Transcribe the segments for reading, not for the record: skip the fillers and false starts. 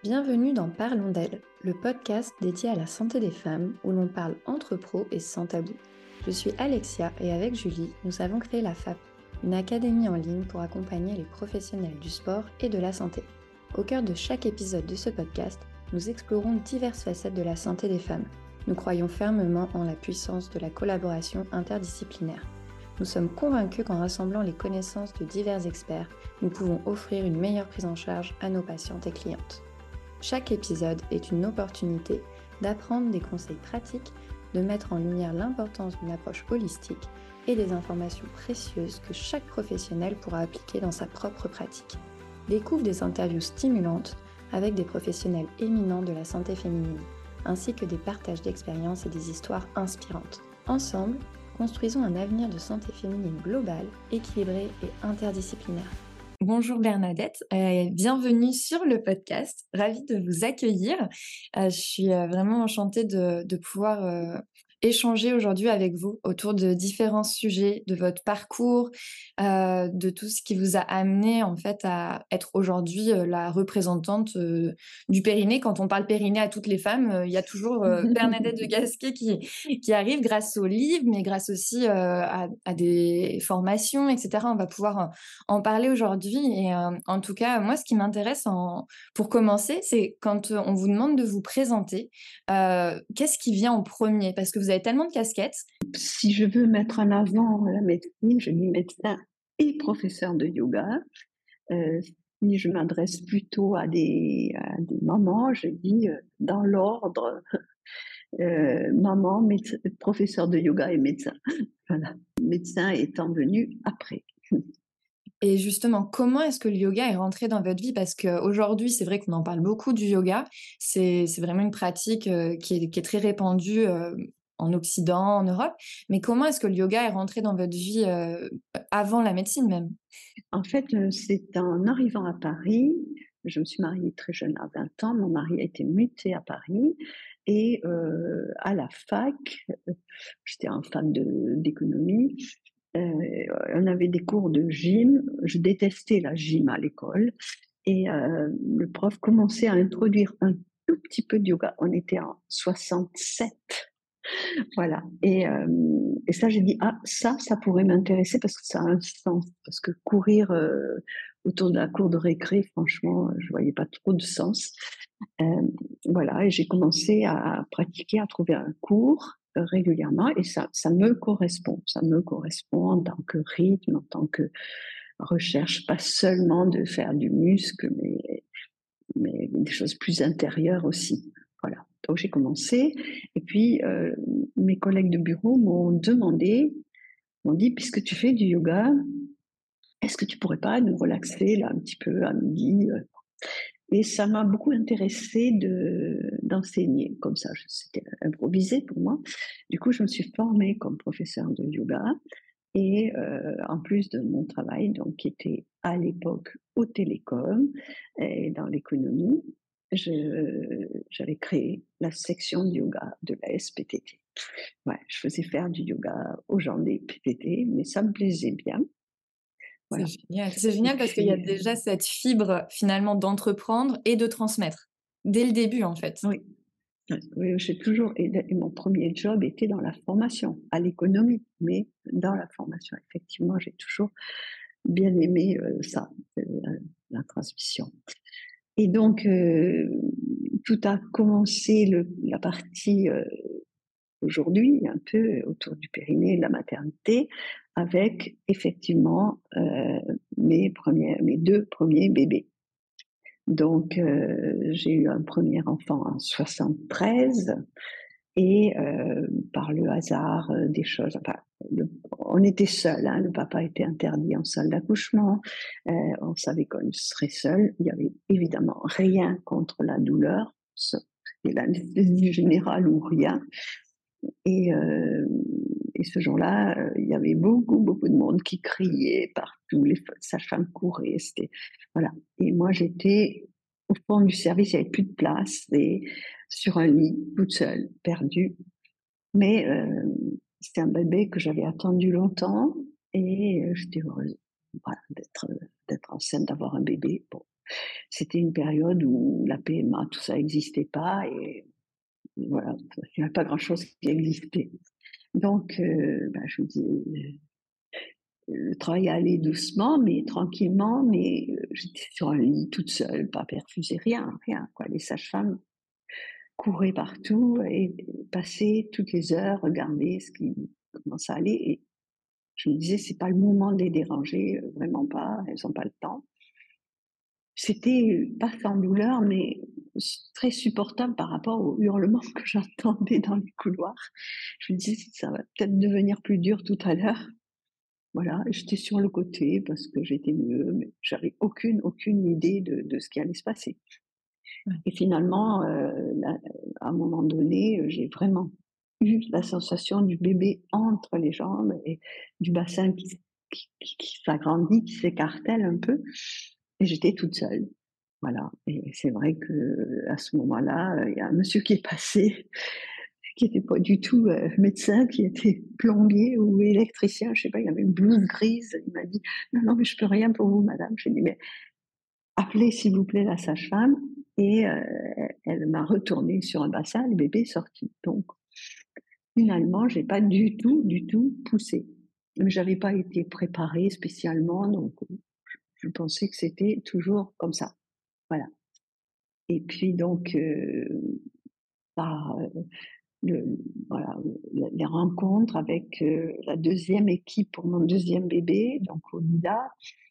Bienvenue dans Parlons d'elle, le podcast dédié à la santé des femmes où l'on parle entre pros et sans tabou. Je suis Alexia et avec Julie, nous avons créé la FAP, une académie en ligne pour accompagner les professionnels du sport et de la santé. Au cœur de chaque épisode de ce podcast, nous explorons diverses facettes de la santé des femmes. Nous croyons fermement en la puissance de la collaboration interdisciplinaire. Nous sommes convaincus qu'en rassemblant les connaissances de divers experts, nous pouvons offrir une meilleure prise en charge à nos patientes et clientes. Chaque épisode est une opportunité d'apprendre des conseils pratiques, de mettre en lumière l'importance d'une approche holistique et des informations précieuses que chaque professionnel pourra appliquer dans sa propre pratique. Découvre des interviews stimulantes avec des professionnels éminents de la santé féminine, ainsi que des partages d'expériences et des histoires inspirantes. Ensemble, construisons un avenir de santé féminine globale, équilibré et interdisciplinaire. Bonjour Bernadette, bienvenue sur le podcast, ravie de vous accueillir. Je suis vraiment enchantée de pouvoir échanger aujourd'hui avec vous autour de différents sujets, de votre parcours, de tout ce qui vous a amené en fait à être aujourd'hui la représentante du périnée. Quand on parle périnée à toutes les femmes, il y a toujours Bernadette de Gasquet qui arrive grâce au livre, mais grâce aussi à des formations, etc. On va pouvoir en parler aujourd'hui. Et en tout cas, moi, ce qui m'intéresse pour commencer, c'est quand on vous demande de vous présenter, qu'est-ce qui vient en premier? Parce que vous avez tellement de casquettes. Si je veux mettre en avant la médecine, je dis médecin et professeur de yoga. Si je m'adresse plutôt à des mamans, je dis dans l'ordre maman, professeur de yoga et médecin. Voilà. Médecin étant venu après. Et justement, comment est-ce que le yoga est rentré dans votre vie? Parce qu'aujourd'hui, c'est vrai qu'on en parle beaucoup du yoga. C'est vraiment une pratique qui est très répandue en Occident, en Europe. Mais comment est-ce que le yoga est rentré dans votre vie avant la médecine même? En fait, c'est en arrivant à Paris, je me suis mariée très jeune, à 20 ans, mon mari a été muté à Paris et à la fac, j'étais en fac d'économie, on avait des cours de gym. Je détestais la gym à l'école et le prof commençait à introduire un tout petit peu de yoga. On était en 67. Voilà. Et ça, j'ai dit, ah, ça pourrait m'intéresser parce que ça a un sens. Parce que courir autour de la cour de récré, franchement, je voyais pas trop de sens. Euh, voilà. Et j'ai commencé à pratiquer, à trouver un cours régulièrement. Et ça me correspond. Ça me correspond en tant que rythme, en tant que recherche, pas seulement de faire du muscle, mais des choses plus intérieures aussi. Voilà. Donc j'ai commencé, et puis mes collègues de bureau m'ont dit, puisque tu fais du yoga, est-ce que tu pourrais pas nous relaxer là un petit peu à midi? Et ça m'a beaucoup intéressée d'enseigner comme ça. C'était improvisé pour moi. Du coup, je me suis formée comme professeure de yoga. Et en plus de mon travail, donc qui était à l'époque au télécom et dans l'économie, j'avais créé la section de yoga de la SPTT. Ouais, je faisais faire du yoga aux gens des PTT, mais ça me plaisait bien. C'est Voilà. génial. C'est Et génial parce qu'il y a puis, déjà cette fibre finalement d'entreprendre et de transmettre. Dès le début, en fait. oui, oui, j'ai toujours, et mon premier job était dans la formation, à l'économie, mais dans la formation. Effectivement, j'ai toujours bien aimé ça, la transmission. Et donc, tout a commencé, la partie aujourd'hui, un peu autour du périnée, de la maternité, avec effectivement mes deux premiers bébés. Donc, j'ai eu un premier enfant en 73 et par le hasard des choses, enfin, on était seuls, hein, le papa était interdit en salle d'accouchement, on savait qu'on serait seuls, il n'y avait évidemment rien contre la douleur, et l'anesthésie générale ou rien. Et, euh, et ce jour-là, il y avait beaucoup de monde qui criait partout, les sages-femmes couraient, c'était, voilà. Et moi, j'étais au fond du service, il n'y avait plus de place, et sur un lit, toute seule, perdue. Mais c'était un bébé que j'avais attendu longtemps et j'étais heureuse. voilà, d'être enceinte, d'avoir un bébé. Bon, c'était une période où la PMA, tout ça n'existait pas et voilà, il n'y avait pas grand-chose qui existait. Donc, je me dis, le travail allait doucement, mais tranquillement, mais j'étais sur un lit toute seule, pas perfusée, rien, rien, quoi. Les sages-femmes couraient partout et passaient toutes les heures, regardaient comment ça allait et je me disais: «C'est pas le moment de les déranger, vraiment pas, elles ont pas le temps». C'était, pas sans douleur, mais très supportable par rapport aux hurlements que j'entendais dans les couloirs. Je me disais: «Ça va peut-être devenir plus dur tout à l'heure». Voilà, j'étais sur le côté parce que j'étais mieux, mais j'avais aucune idée de ce qui allait se passer. Ouais. Et finalement, à un moment donné, j'ai vraiment eu la sensation du bébé entre les jambes et du bassin qui s'agrandit, qui s'écartèle un peu et j'étais toute seule. Voilà et c'est vrai qu'à ce moment-là, il y a un monsieur qui est passé qui était pas du tout, médecin, qui était plombier ou électricien, je sais pas, il avait une blouse grise. Il m'a dit: «Non, non, mais je peux rien pour vous madame». J'ai dit: «Mais appelez s'il vous plaît la sage-femme» et elle m'a retournée sur un bassin, le bébé est sorti. Donc finalement, j'ai pas du tout poussé. Mais j'avais pas été préparée spécialement, donc je pensais que c'était toujours comme ça. Voilà et puis donc par, le voilà, les rencontres avec, la deuxième équipe pour mon deuxième bébé, donc au NIDA,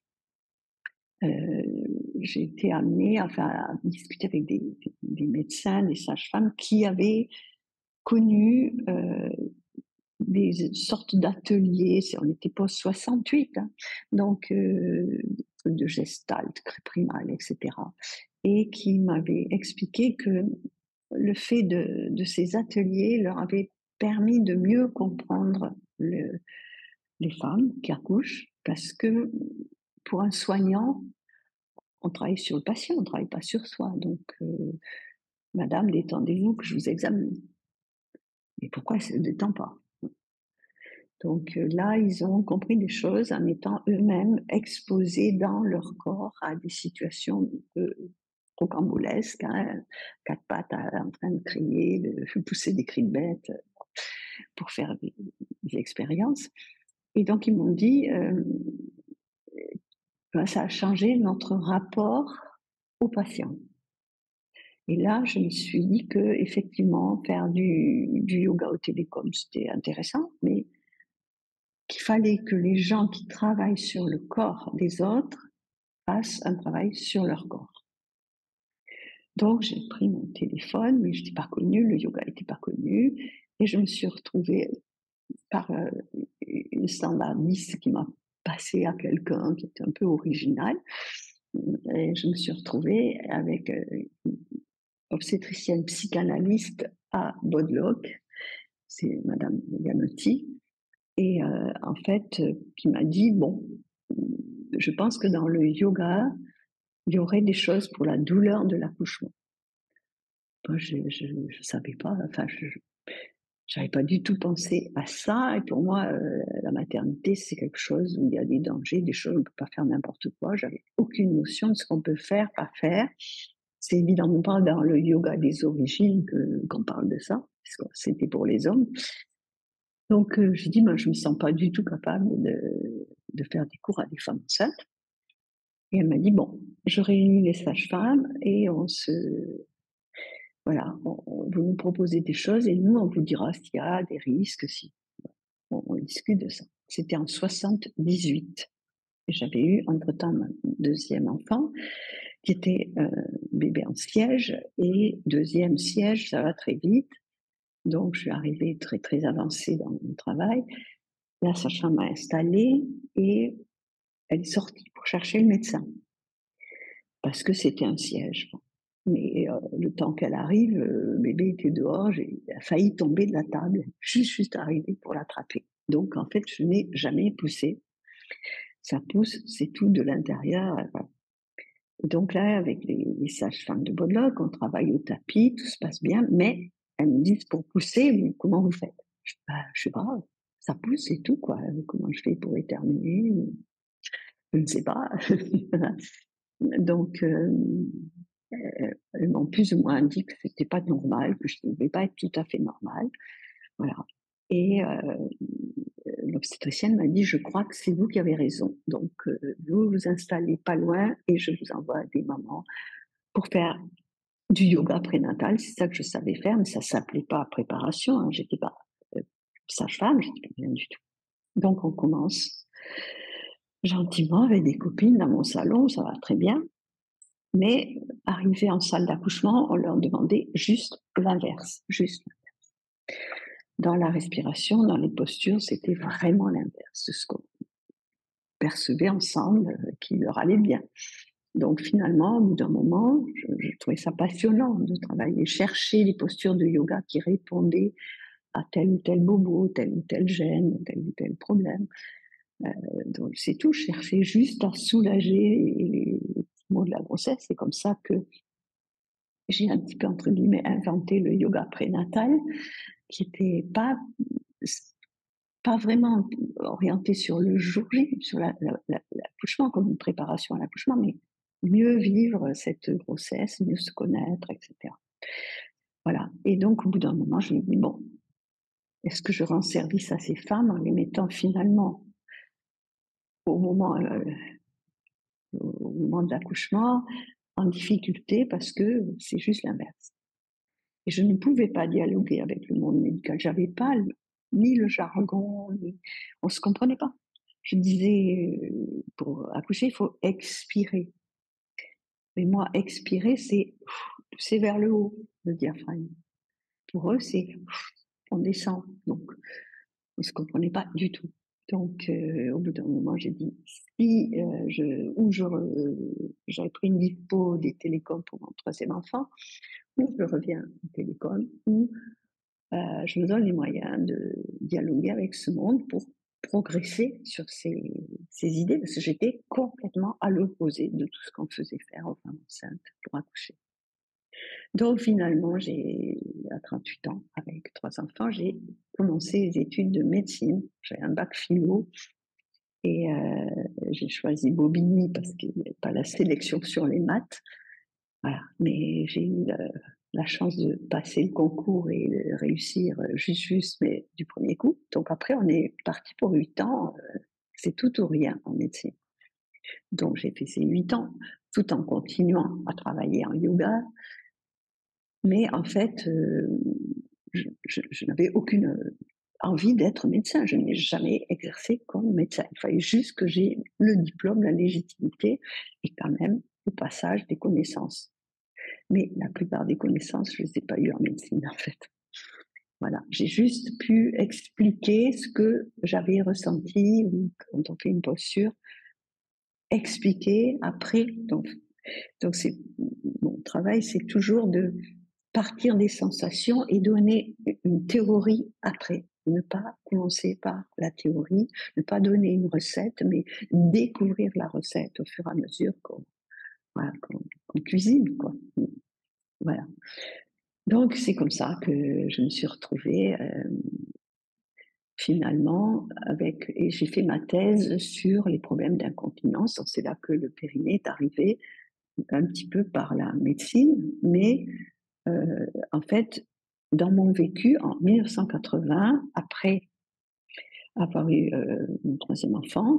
j'ai été amenée enfin, à discuter avec des médecins, des sages-femmes qui avaient connu, des sortes d'ateliers, on était post-68, hein, donc de gestalt, primal et cetera et qui m'avaient expliqué que le fait de ces ateliers leur avait permis de mieux comprendre les femmes qui accouchent, parce que pour un soignant, on travaille sur le patient, on ne travaille pas sur soi. Donc, madame, détendez-vous que je vous examine. Et pourquoi elle ne se détend pas? Donc là, ils ont compris des choses en étant eux-mêmes exposés dans leur corps à des situations rocambolesques, hein, quatre pattes en train de crier, de pousser des cris de bête pour faire des expériences. Et donc ils m'ont dit, ben, ça a changé notre rapport aux patients. Et là, je me suis dit que effectivement, faire du yoga au télécom, c'était intéressant, mais qu'il fallait que les gens qui travaillent sur le corps des autres fassent un travail sur leur corps. Donc, j'ai pris mon téléphone, mais je n'étais pas connue, le yoga n'était pas connu, et je me suis retrouvée par une standardiste qui m'a passé à quelqu'un qui était un peu original. Et je me suis retrouvée avec une obstétricienne psychanalyste à Bodlock, c'est Madame Ganotti, et en fait, qui m'a dit: «Bon, je pense que dans le yoga, il y aurait des choses pour la douleur de l'accouchement». Moi, je savais pas, enfin, je j'avais pas du tout pensé à ça et pour moi, la maternité, c'est quelque chose où il y a des dangers, des choses on ne peut pas faire n'importe quoi. J'avais aucune notion de ce qu'on peut faire, pas faire. C'est évidemment pas dans le yoga des origines qu'on parle de ça, parce que c'était pour les hommes. Donc j'ai dit: «Moi, je me sens pas du tout capable de faire des cours à des femmes enceintes» et elle m'a dit: «Bon, je réunis les sages-femmes et voilà, vous nous proposez des choses et nous, on vous dira s'il y a des risques, si on discute de ça». C'était en 78 et j'avais eu entre-temps ma deuxième enfant qui était, bébé en siège et deuxième siège, ça va très vite. Donc je suis arrivée très, très avancée dans mon travail. La sage-femme m'a installée et elle est sortie pour chercher le médecin parce que c'était un siège. Bon. Mais le temps qu'elle arrive, bébé était dehors, j'ai il a failli tomber de la table. Juste arrivée pour l'attraper. Donc en fait, je n'ai jamais poussé. Ça pousse, c'est tout de l'intérieur, voilà. Donc là, avec les sages-femmes de Bodlock, on travaille au tapis, tout se passe bien, mais elles me disent: «Pour pousser, comment vous faites?» Je dis: «Bah, je sais pas, ça pousse, c'est tout quoi, comment je fais pour éternuer?» je ne sais pas. Donc, elles m'ont plus ou moins dit que c'était pas normal, que je ne devais pas être tout à fait normale. Voilà. Et l'obstétricienne m'a dit: «Je crois que c'est vous qui avez raison. Donc, vous vous installez pas loin et je vous envoie des mamans pour faire du yoga prénatal». C'est ça que je savais faire, mais ça s'appelait pas préparation, hein. J'étais pas, sage-femme, j'étais rien du tout. Donc on commence gentiment avec des copines dans mon salon, ça va très bien. Mais arrivé en salle d'accouchement, on leur demandait juste l'inverse, juste. Dans la respiration, dans les postures, c'était vraiment l'inverse de ce qu'on percevait ensemble, qui leur allait bien. Donc finalement, au bout d'un moment, je trouvais ça passionnant de travailler, chercher les postures de yoga qui répondaient à tel ou tel bobo, tel ou tel gêne, tel ou tel problème. Donc c'est tout, chercher juste à soulager les petits maux de la grossesse. C'est comme ça que j'ai un petit peu, entre guillemets, inventé le yoga prénatal, qui était pas vraiment orienté sur le jour J, sur l'accouchement, comme une préparation à l'accouchement, mais mieux vivre cette grossesse, mieux se connaître, etc. Voilà. Et donc, au bout d'un moment, je me dis, bon, est-ce que je rends service à ces femmes en les mettant finalement au moment, au moment de l'accouchement en difficulté parce que c'est juste l'inverse. Et je ne pouvais pas dialoguer avec le monde médical. J'avais pas ni le jargon, ni on se comprenait pas. Je disais, pour accoucher, il faut expirer. Mais moi, expirer, c'est pousser vers le haut, le diaphragme. Pour eux, c'est on descend. Donc, on ne se comprenait pas du tout. Donc, au bout d'un moment, j'ai dit, si j'avais pris une lipo des télécoms pour mon troisième enfant, ou je reviens au télécom, ou je me donne les moyens de dialoguer avec ce monde pour progresser sur ces idées, parce que j'étais complètement à l'opposé de tout ce qu'on faisait faire aux femmes enceintes pour accoucher. Donc finalement, à 38 ans, avec 3 enfants, j'ai commencé les études de médecine. J'avais un bac philo et j'ai choisi Bobigny parce qu'il n'y avait pas la sélection sur les maths. Voilà, mais j'ai eu la chance de passer le concours et de réussir juste, mais du premier coup. Donc après, on est parti pour 8 ans. C'est tout ou rien en médecine. Donc j'ai fait ces 8 ans tout en continuant à travailler en yoga. Mais en fait, je n'avais aucune envie d'être médecin. Je n'ai jamais exercé comme médecin. Il fallait juste que j'ai le diplôme, la légitimité et quand même au passage des connaissances. Mais la plupart des connaissances, je ne les ai pas eues en médecine, en fait. Voilà, j'ai juste pu expliquer ce que j'avais ressenti ou quand on fait une posture, expliquer après. Donc c'est mon travail, c'est toujours de partir des sensations et donner une théorie après. Ne pas commencer par la théorie, ne pas donner une recette, mais découvrir la recette au fur et à mesure qu'on cuisine, quoi. Voilà. Donc c'est comme ça que je me suis retrouvée, finalement et j'ai fait ma thèse sur les problèmes d'incontinence. Donc c'est là que le périnée est arrivé, un petit peu par la médecine, mais en fait, dans mon vécu, en 1980, après avoir eu mon troisième enfant,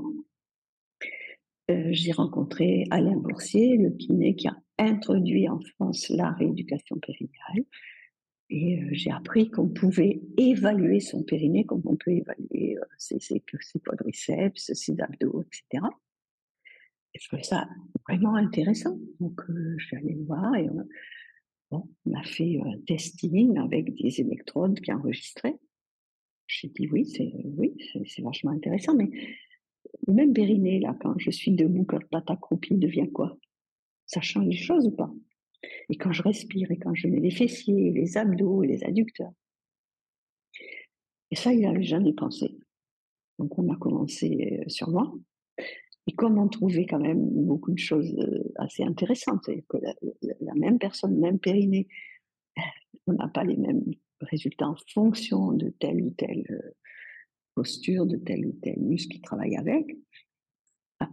j'ai rencontré Alain Boursier, le kiné qui a introduit en France la rééducation périnéale. Et j'ai appris qu'on pouvait évaluer son périnée comme on peut évaluer ses quadriceps, ses abdos, etc. Et je trouvais ça vraiment intéressant. Donc, je suis allée le voir et on a fait un testing avec des électrodes qui enregistraient. J'ai dit oui, c'est vachement intéressant, mais le même périnée, là, quand je suis debout, quand la patte accroupie devient quoi? Ça change les choses ou pas? Et quand je respire et quand je mets les fessiers, les abdos et les adducteurs. Et ça, il n'avait jamais pensé. Donc on a commencé sur moi. Et comme on trouvait quand même beaucoup de choses assez intéressantes, c'est-à-dire que la même personne, même périnée, on n'a pas les mêmes résultats en fonction de telle ou telle posture, de tel ou tel muscle qui travaille avec.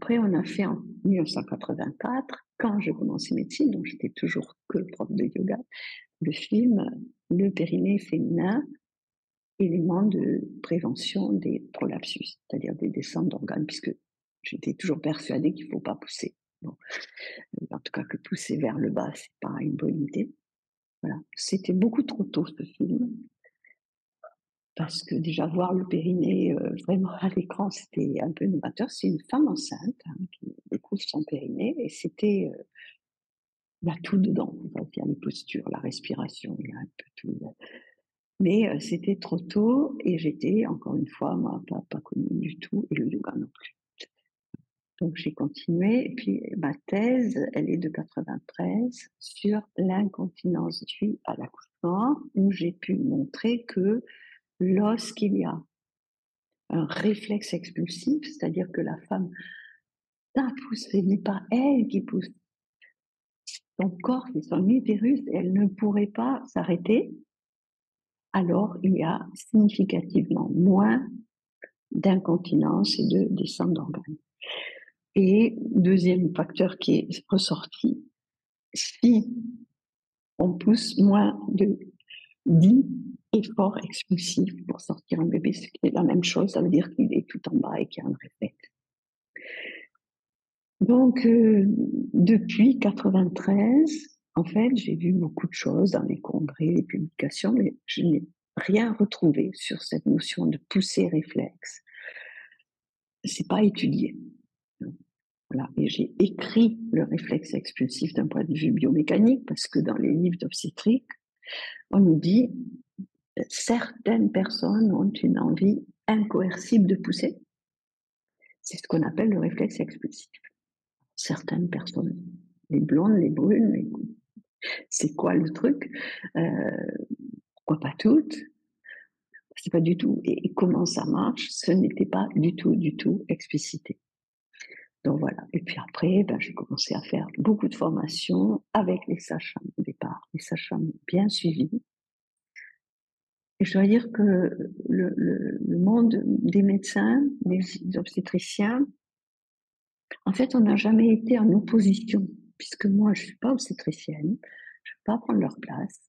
après, on a fait en 1984, quand j'ai commencé médecine, donc j'étais toujours que prof de yoga, le film Le périnée féminin, élément de prévention des prolapsus, c'est-à-dire des descentes d'organes, puisque j'étais toujours persuadée qu'il ne faut pas pousser. Bon, en tout cas, que pousser vers le bas, c'est pas une bonne idée. Voilà. C'était beaucoup trop tôt ce film, parce que déjà voir le périnée vraiment à l'écran, c'était un peu novateur. C'est une femme enceinte qui découvre son périnée et c'était, il y a tout dedans. Il y a les postures, la respiration, il y a un peu tout. Mais c'était trop tôt et j'étais, encore une fois, moi, pas connue du tout et le yoga non plus. Donc j'ai continué et puis ma thèse, elle est de 93 sur l'incontinence due à l'accouchement, où j'ai pu montrer que lorsqu'il y a un réflexe expulsif, c'est-à-dire que la femme pousse, ce n'est pas elle qui pousse, son corps, c'est son utérus, elle ne pourrait pas s'arrêter, alors il y a significativement moins d'incontinence et de descente d'organes. Et deuxième facteur qui est ressorti, si on pousse moins de 10 efforts expulsifs pour sortir un bébé, ce qui est la même chose, ça veut dire qu'il est tout en bas et qu'il y a un réflexe. Donc, depuis 93, en fait, j'ai vu beaucoup de choses dans les congrès, les publications, mais je n'ai rien retrouvé sur cette notion de poussée réflexe. C'est pas étudié. Voilà. Et j'ai écrit le réflexe expulsif d'un point de vue biomécanique, parce que dans les livres d'obstétrique, on nous dit certaines personnes ont une envie incoercible de pousser. C'est ce qu'on appelle le réflexe expulsif. Certaines personnes, les blondes, les brunes, c'est quoi le truc? Pourquoi pas toutes? C'est pas du tout. Et comment ça marche? Ce n'était pas du tout explicité. Donc voilà. Et puis après, j'ai commencé à faire beaucoup de formations avec les sages-femmes au départ, les sages-femmes bien suivies. Et je dois dire que le monde des médecins, des obstétriciens, en fait, on n'a jamais été en opposition, puisque moi, je ne suis pas obstétricienne, je ne vais pas prendre leur place.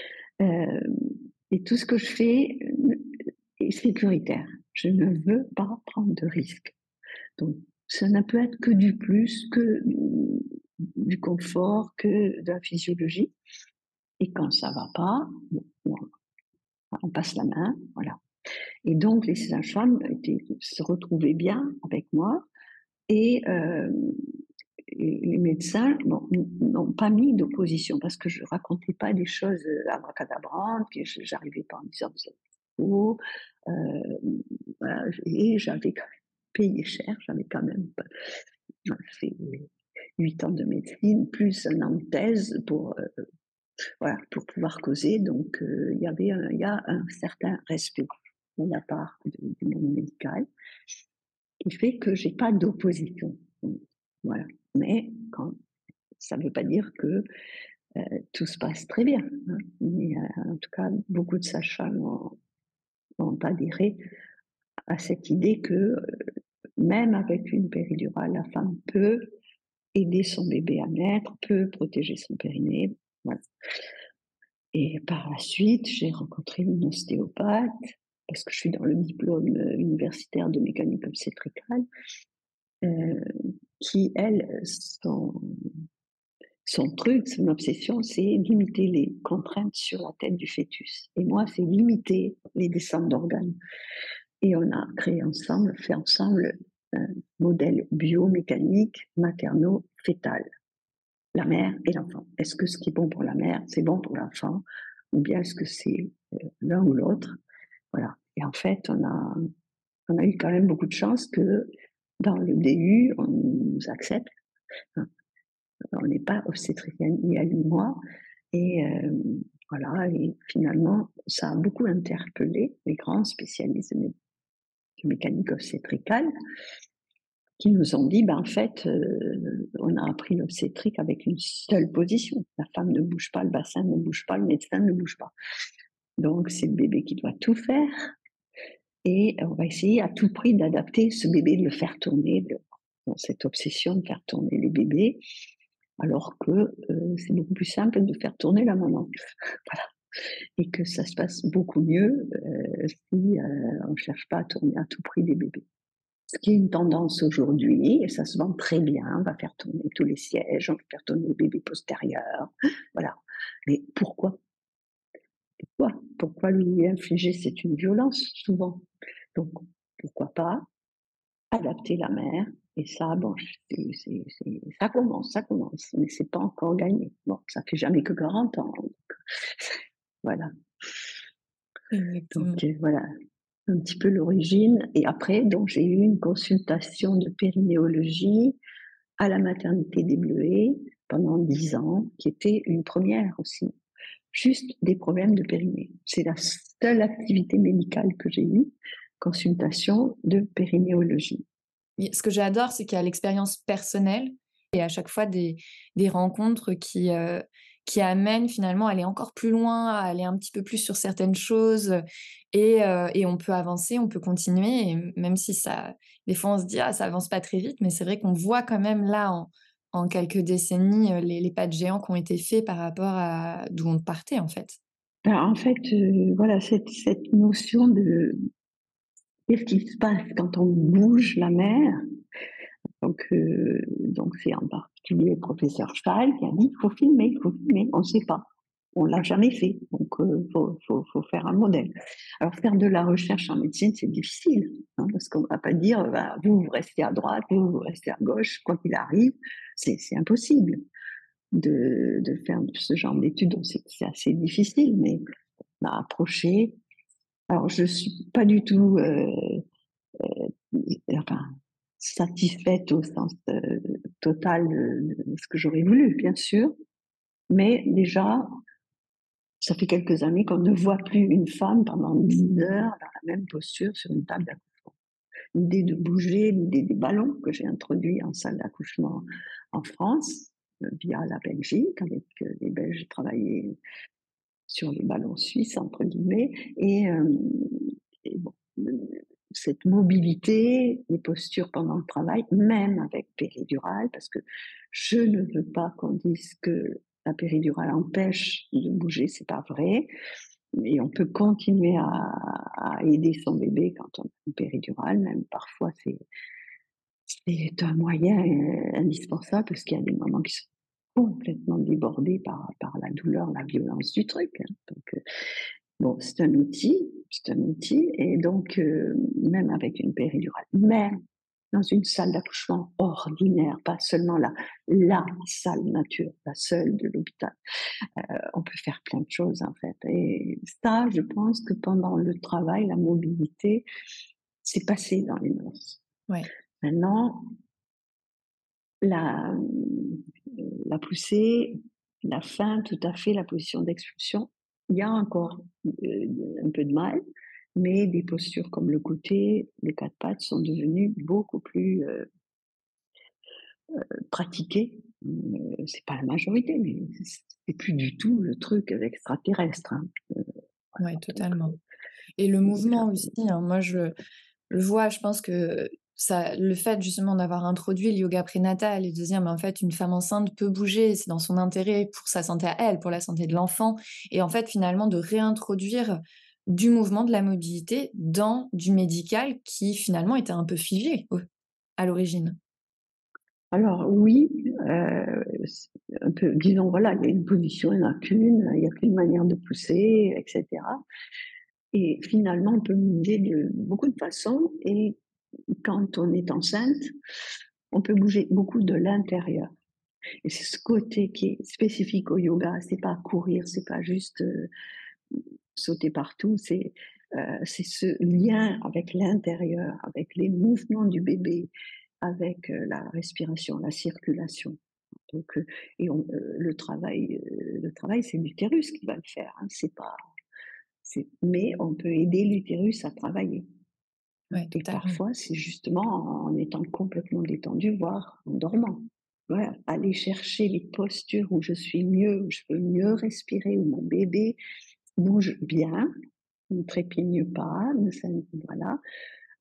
Et tout ce que je fais est sécuritaire. Je ne veux pas prendre de risques. Donc, ça ne peut être que du plus, que du confort, que de la physiologie. Et quand ça ne va pas, on passe la main, voilà. Et donc, les sages-femmes se retrouvaient bien avec moi et les médecins n'ont pas mis d'opposition parce que je ne racontais pas des choses abracadabrantes, que je n'arrivais pas en disant vous êtes faux. Voilà, et j'avais quand même payé cher, j'avais quand même fait 8 ans de médecine, plus un an de thèse voilà, pour pouvoir causer. Donc, il y a un certain respect de la part du monde médical qui fait que j'ai pas d'opposition. Voilà. Mais ça ne veut pas dire que tout se passe très bien. Hein. Mais en tout cas, beaucoup de sages-femmes ont adhéré à cette idée que même avec une péridurale, la femme peut aider son bébé à naître, peut protéger son périnée. Voilà. Et par la suite, j'ai rencontré une ostéopathe, parce que je suis dans le diplôme universitaire de mécanique obstétricale, qui, elle, son truc, son obsession, c'est limiter les contraintes sur la tête du fœtus. Et moi, c'est limiter les descentes d'organes. Et on a fait ensemble un modèle biomécanique materno-fœtal. La mère et l'enfant. Est-ce que ce qui est bon pour la mère, c'est bon pour l'enfant? Ou bien est-ce que c'est l'un ou l'autre? Voilà. Et en fait, on a eu quand même beaucoup de chance que dans le DU, on nous accepte. On n'est pas obstétricienne ni elle ni moi. Et voilà, et finalement, ça a beaucoup interpellé les grands spécialistes de mécanique obstétricale qui nous ont dit, en fait, on a appris l'obstétrique avec une seule position. La femme ne bouge pas, le bassin ne bouge pas, le médecin ne bouge pas. Donc, c'est le bébé qui doit tout faire. Et on va essayer à tout prix d'adapter ce bébé, de le faire tourner. ont cette obsession de faire tourner les bébés, alors que, c'est beaucoup plus simple de faire tourner la maman. Voilà, et que ça se passe beaucoup mieux, si, on ne cherche pas à tourner à tout prix les bébés. Ce qui est une tendance aujourd'hui et ça se vend très bien, on va faire tourner tous les sièges, on va faire tourner le bébé postérieur, voilà. Mais pourquoi? Pourquoi lui infliger? C'est une violence souvent. Donc pourquoi pas adapter la mère et ça, bon, ça commence, mais c'est pas encore gagné. Bon, ça fait jamais que 40 ans, donc voilà. Exactement. Donc voilà, un petit peu l'origine et après donc j'ai eu une consultation de périnéologie à la maternité des Bleuets pendant 10 ans, qui était une première aussi. Juste des problèmes de périnée. C'est la seule activité médicale que j'ai eue, consultation de périnéologie. Et ce que j'adore, c'est qu'il y a l'expérience personnelle et à chaque fois des rencontres qui amènent finalement à aller encore plus loin, à aller un petit peu plus sur certaines choses, et on peut avancer, on peut continuer et même si ça des fois on se dit: «Ah ça avance pas très vite», mais c'est vrai qu'on voit quand même là en quelques décennies, les pas de géant qui ont été faits par rapport à d'où on partait en fait. Ben, en fait, voilà, cette notion de qu'est-ce qui se passe quand on bouge la mère. Donc c'est en particulier le professeur Stahl qui a dit: il faut filmer». On ne sait pas. On l'a jamais fait, donc faut faire un modèle. Alors faire de la recherche en médecine, c'est difficile, hein, parce qu'on va pas dire: «Bah, vous restez à droite, vous restez à gauche, quoi qu'il arrive». C'est impossible de faire ce genre d'études, donc c'est assez difficile, mais on a approché. Alors je suis pas du tout, enfin, satisfaite au sens, total de ce que j'aurais voulu, bien sûr, mais déjà, ça fait quelques années qu'on ne voit plus une femme pendant 10 heures dans la même posture sur une table d'accouchement. L'idée de bouger, l'idée des ballons que j'ai introduits en salle d'accouchement en France, via la Belgique, avec, les Belges, j'ai travaillé sur les ballons suisses entre guillemets et bon, cette mobilité, les postures pendant le travail, même avec péridurale, parce que je ne veux pas qu'on dise que la péridurale empêche de bouger, c'est pas vrai. Et on peut continuer à aider son bébé quand on a une péridurale, même parfois c'est un moyen indispensable parce qu'il y a des mamans qui sont complètement débordées par la douleur, la violence du truc, hein. Donc, bon, c'est un outil et donc même avec une péridurale, même dans une salle d'accouchement ordinaire, pas seulement la salle nature, la seule de l'hôpital, on peut faire plein de choses en fait et ça, je pense que pendant le travail, la mobilité, c'est passé dans les mœurs. Ouais. Maintenant, la, la poussée, la fin, tout à fait, la position d'expulsion, il y a encore un peu de mal, mais des postures comme le côté, les quatre pattes sont devenues beaucoup plus pratiquées. C'est pas la majorité, mais c'est plus du tout le truc extraterrestre, hein. Ouais, Donc, totalement. Et le donc ça, mouvement aussi, hein, moi je vois, je pense que ça le fait justement d'avoir introduit le yoga prénatal et de se dire: «Mais en fait, une femme enceinte peut bouger, c'est dans son intérêt pour sa santé à elle, pour la santé de l'enfant» et en fait, finalement, de réintroduire du mouvement, de la mobilité dans du médical qui, finalement, était un peu figé à l'origine. alors oui, c'est un peu disons voilà, il y a une position, il n'y en a qu'une, il y a qu'une manière de pousser et cetera et finalement, on peut bouger de beaucoup de façons et quand on est enceinte, on peut bouger beaucoup de l'intérieur et c'est ce côté qui est spécifique au yoga. C'est pas courir, c'est pas juste, sauter partout, c'est ce lien avec l'intérieur, avec les mouvements du bébé, avec, la respiration, la circulation. Donc, le travail, c'est l'utérus qui va le faire, hein, c'est pas mais on peut aider l'utérus à travailler Ouais, et totalement. parfois, c'est justement en étant complètement détendu, voire en dormant. Voilà, aller chercher les postures où je suis mieux, où je peux mieux respirer, où mon bébé bouge bien, ne trépigne pas, voilà,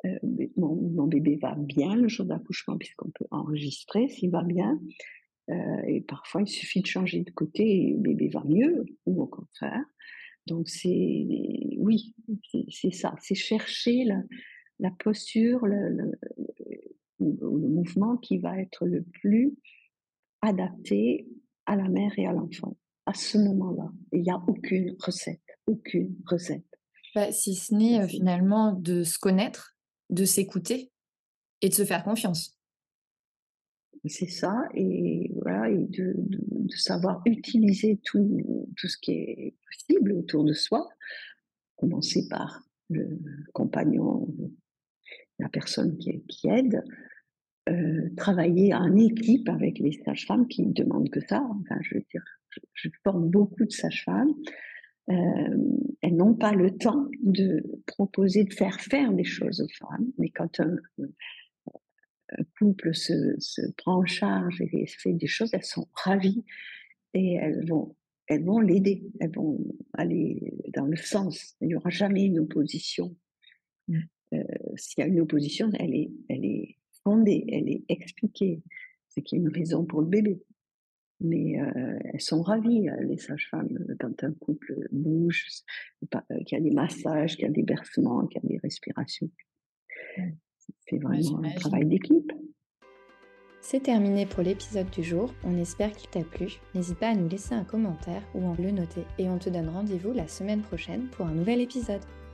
Mon bébé va bien le jour d'accouchement puisqu'on peut enregistrer s'il va bien, et parfois il suffit de changer de côté et le bébé va mieux ou au contraire. Donc oui, c'est ça, c'est chercher la posture, ou le mouvement qui va être le plus adapté à la mère et à l'enfant, à ce moment-là. Il y a aucune recette, aucune recette. Bah, si ce n'est, C'est finalement de se connaître, de s'écouter et de se faire confiance. c'est ça et voilà et de savoir utiliser tout ce qui est possible autour de soi, commencer par le compagnon, la personne qui aide, travailler en équipe avec les sages-femmes qui ne demandent que ça. Enfin, je veux dire, je forme beaucoup de sages-femmes. Elles n'ont pas le temps de proposer, de faire des choses aux femmes, mais quand un couple se prend en charge et fait des choses, elles sont ravies et elles vont l'aider, elles vont aller dans le sens. Il n'y aura jamais une opposition. Mmh. S'il y a une opposition, elle est fondée, elle est expliquée. C'est qu'il y a une raison pour le bébé. Mais elles sont ravies, les sages-femmes, quand un couple bouge, qu'il y a des massages, qu'il y a des bercements, qu'il y a des respirations. Mmh. C'est Ouais, vraiment un j'imagine. travail d'équipe. C'est terminé pour l'épisode du jour, on espère qu'il t'a plu. N'hésite pas à nous laisser un commentaire ou à le noter et on te donne rendez-vous la semaine prochaine pour un nouvel épisode.